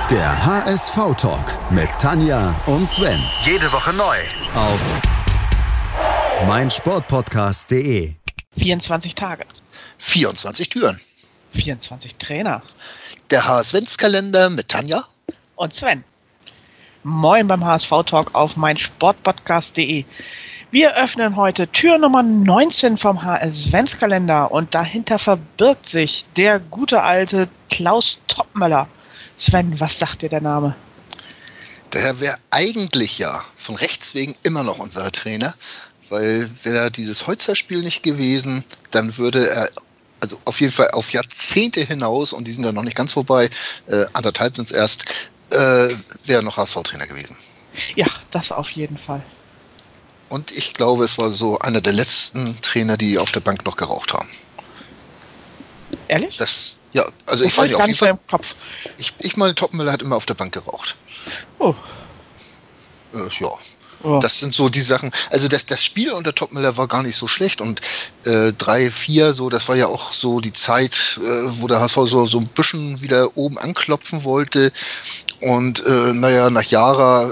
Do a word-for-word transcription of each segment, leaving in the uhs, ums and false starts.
Der H S V-Talk mit Tanja und Sven. Jede Woche neu. Auf meinsportpodcast punkt de. vierundzwanzig Tage. vierundzwanzig Türen. vierundzwanzig Trainer. Der H S V-Kalender mit Tanja und Sven. Moin beim H S V-Talk auf meinsportpodcast punkt de. Wir öffnen heute Tür Nummer neunzehn vom H S V-Kalender und dahinter verbirgt sich der gute alte Klaus Toppmöller. Sven, was sagt dir der Name? Der wäre eigentlich ja von Rechts wegen immer noch unser Trainer, weil wäre dieses Holzer-Spiel nicht gewesen, dann würde er also auf jeden Fall auf Jahrzehnte hinaus, und die sind ja noch nicht ganz vorbei, äh, anderthalb sind es erst, äh, wäre noch H S V-Trainer gewesen. Ja, das auf jeden Fall. Und ich glaube, es war so einer der letzten Trainer, die auf der Bank noch geraucht haben. Ehrlich? Das, ja, also das ich weiß nicht, auf jeden Fall. Im Kopf. Ich, ich meine, Toppmöller hat immer auf der Bank geraucht. Oh. Äh, ja. Oh. Das sind so die Sachen, also das, das Spiel unter Toppmöller war gar nicht so schlecht und äh, drei vier, so, das war ja auch so die Zeit, äh, wo der H S V so, so ein bisschen wieder oben anklopfen wollte und äh, naja, nach Jara,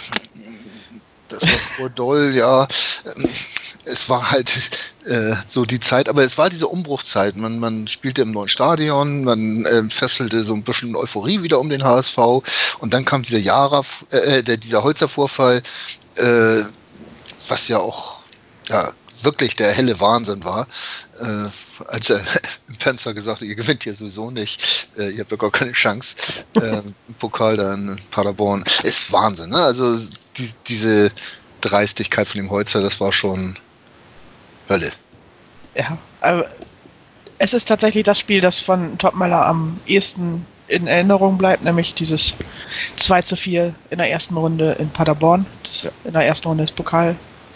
das war vor doll, ja, es war halt äh, so die Zeit, aber es war diese Umbruchzeit, man, man spielte im neuen Stadion, man äh, fesselte so ein bisschen Euphorie wieder um den H S V und dann kam dieser Jara, äh, der, dieser Holzer-Vorfall, Äh, was ja auch ja, wirklich der helle Wahnsinn war, äh, als er im Panzer gesagt hat, ihr gewinnt hier sowieso nicht, äh, ihr habt ja gar keine Chance, äh, im Pokal da in Paderborn, ist Wahnsinn, ne? Also die, diese Dreistigkeit von dem Holzer, das war schon Hölle. Ja, aber es ist tatsächlich das Spiel, das von Toppmöller am ehesten in Erinnerung bleibt, nämlich dieses zwei zu vier in der ersten Runde in Paderborn, das ja. in der ersten Runde des Pokals.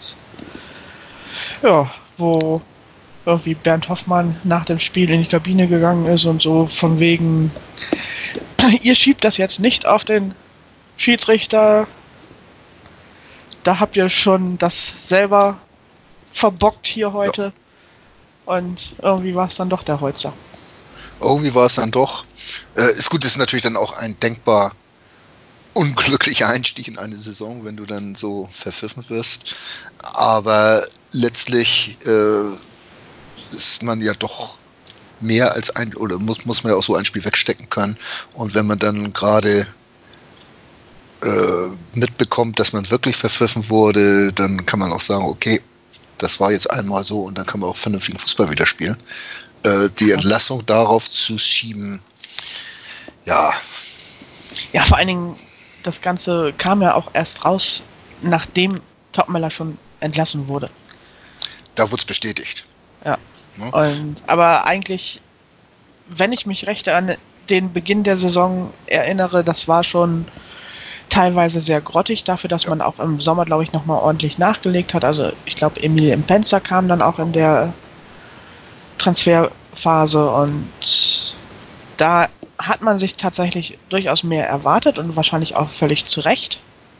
Ja, wo irgendwie Bernd Hoffmann nach dem Spiel in die Kabine gegangen ist und so von wegen, ihr schiebt das jetzt nicht auf den Schiedsrichter, da habt ihr schon das selber verbockt hier heute. Ja. Und irgendwie war es dann doch der Holzer. Irgendwie war es dann doch. Äh, ist gut, das ist natürlich dann auch ein denkbar unglücklicher Einstieg in eine Saison, wenn du dann so verpfiffen wirst. Aber letztlich äh, ist man ja doch mehr als ein, oder muss, muss man ja auch so ein Spiel wegstecken können. Und wenn man dann gerade äh, mitbekommt, dass man wirklich verpfiffen wurde, dann kann man auch sagen, okay, das war jetzt einmal so und dann kann man auch vernünftigen Fußball wieder spielen. Die Entlassung darauf zu schieben, ja. Ja, vor allen Dingen, das Ganze kam ja auch erst raus, nachdem Toppmöller schon entlassen wurde. Da wurde es bestätigt. Ja. ja. Und, aber eigentlich, wenn ich mich recht an den Beginn der Saison erinnere, das war schon teilweise sehr grottig dafür, dass ja. man auch im Sommer, glaube ich, nochmal ordentlich nachgelegt hat. Also ich glaube, Emil Mpenza kam dann auch in der Transferphase und da hat man sich tatsächlich durchaus mehr erwartet und wahrscheinlich auch völlig zu Recht.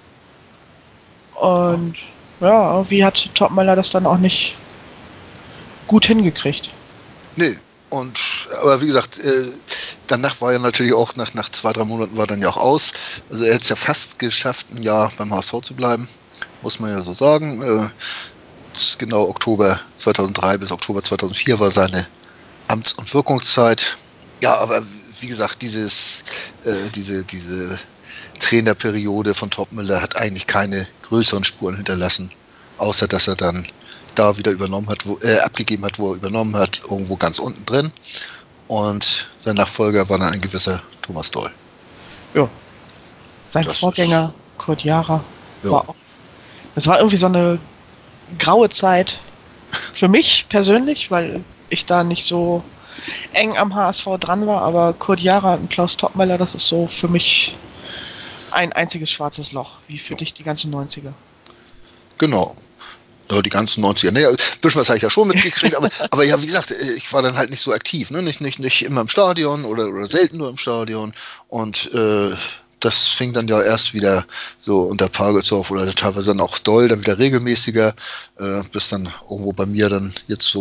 Und ja, irgendwie hat Toppmöller das dann auch nicht gut hingekriegt. Nee, und aber wie gesagt, äh, danach war ja natürlich auch, nach, nach zwei, drei Monaten war dann ja auch aus. Also er hat es ja fast geschafft, ein Jahr beim H S V zu bleiben, muss man ja so sagen. Äh, Genau, Oktober zweitausenddrei bis Oktober zweitausendvier war seine Amts- und Wirkungszeit. Ja, aber wie gesagt, dieses, äh, diese, diese Trainerperiode von Toppmöller hat eigentlich keine größeren Spuren hinterlassen, außer dass er dann da wieder übernommen hat, wo, äh, abgegeben hat, wo er übernommen hat, irgendwo ganz unten drin. Und sein Nachfolger war dann ein gewisser Thomas Doll. Ja. Sein das Vorgänger, ist, Kurt Jara, ja. war auch. Das war irgendwie so eine graue Zeit für mich persönlich, weil ich da nicht so eng am H S V dran war, aber Kurt Jara und Klaus Toppmöller, das ist so für mich ein einziges schwarzes Loch, wie für ja. dich die ganzen neunziger. Genau. Ja, die ganzen neunziger. Naja, ein bisschen was habe ich ja schon mitgekriegt, aber, aber ja, wie gesagt, ich war dann halt nicht so aktiv, ne? Nicht, nicht, nicht immer im Stadion oder, oder selten nur im Stadion und äh, das fing dann ja erst wieder so unter Pagelsdorf oder teilweise dann auch Doll, dann wieder regelmäßiger, äh, bis dann irgendwo bei mir dann jetzt so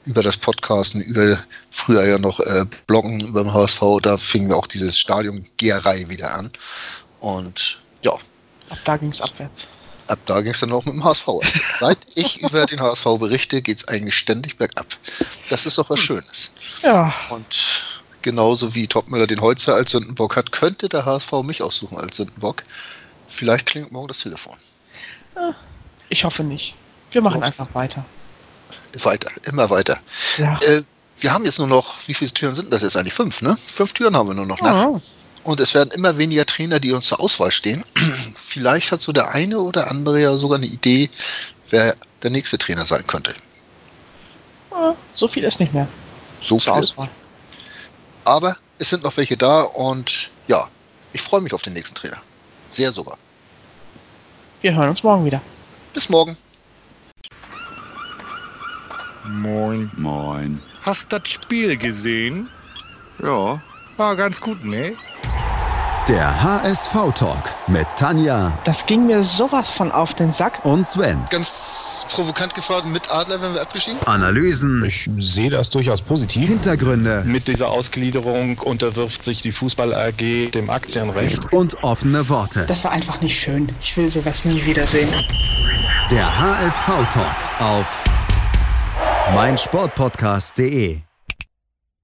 über das Podcasten, über früher ja noch äh, Bloggen über den H S V, da fingen wir auch dieses Stadion-Geherei wieder an. Und ja. Ab da ging es abwärts. Ab da ging es dann auch mit dem H S V. Seit ich über den H S V berichte, geht es eigentlich ständig bergab. Das ist doch was Schönes. Ja. Und genauso wie Topmöller den Holzer als Sündenbock hat, könnte der H S V mich aussuchen als Sündenbock. Vielleicht klingt morgen das Telefon. Ich hoffe nicht. Wir machen einfach weiter. Weiter, immer weiter. Ja. Äh, wir haben jetzt nur noch, wie viele Türen sind das jetzt eigentlich? Fünf, ne? Fünf Türen haben wir nur noch nach. Ja. Und es werden immer weniger Trainer, die uns zur Auswahl stehen. Vielleicht hat so der eine oder andere ja sogar eine Idee, wer der nächste Trainer sein könnte. Ja, so viel ist nicht mehr. So Zur viel. Auswahl. Aber es sind noch welche da und ja, ich freue mich auf den nächsten Trainer. Sehr sogar. Wir hören uns morgen wieder. Bis morgen. Moin. Moin. Hast das Spiel gesehen? Ja. War ganz gut, ne? Der H S V-Talk mit Tanja Das ging mir sowas von auf den Sack. und Sven. Ganz provokant gefragt, mit Adler, wenn wir abgestiegen? Analysen, Ich sehe das durchaus positiv. Hintergründe Mit dieser Ausgliederung unterwirft sich die Fußball-A G dem Aktienrecht. und offene Worte. Das war einfach nicht schön. Ich will sowas nie wiedersehen. Der H S V-Talk auf meinsportpodcast punkt de.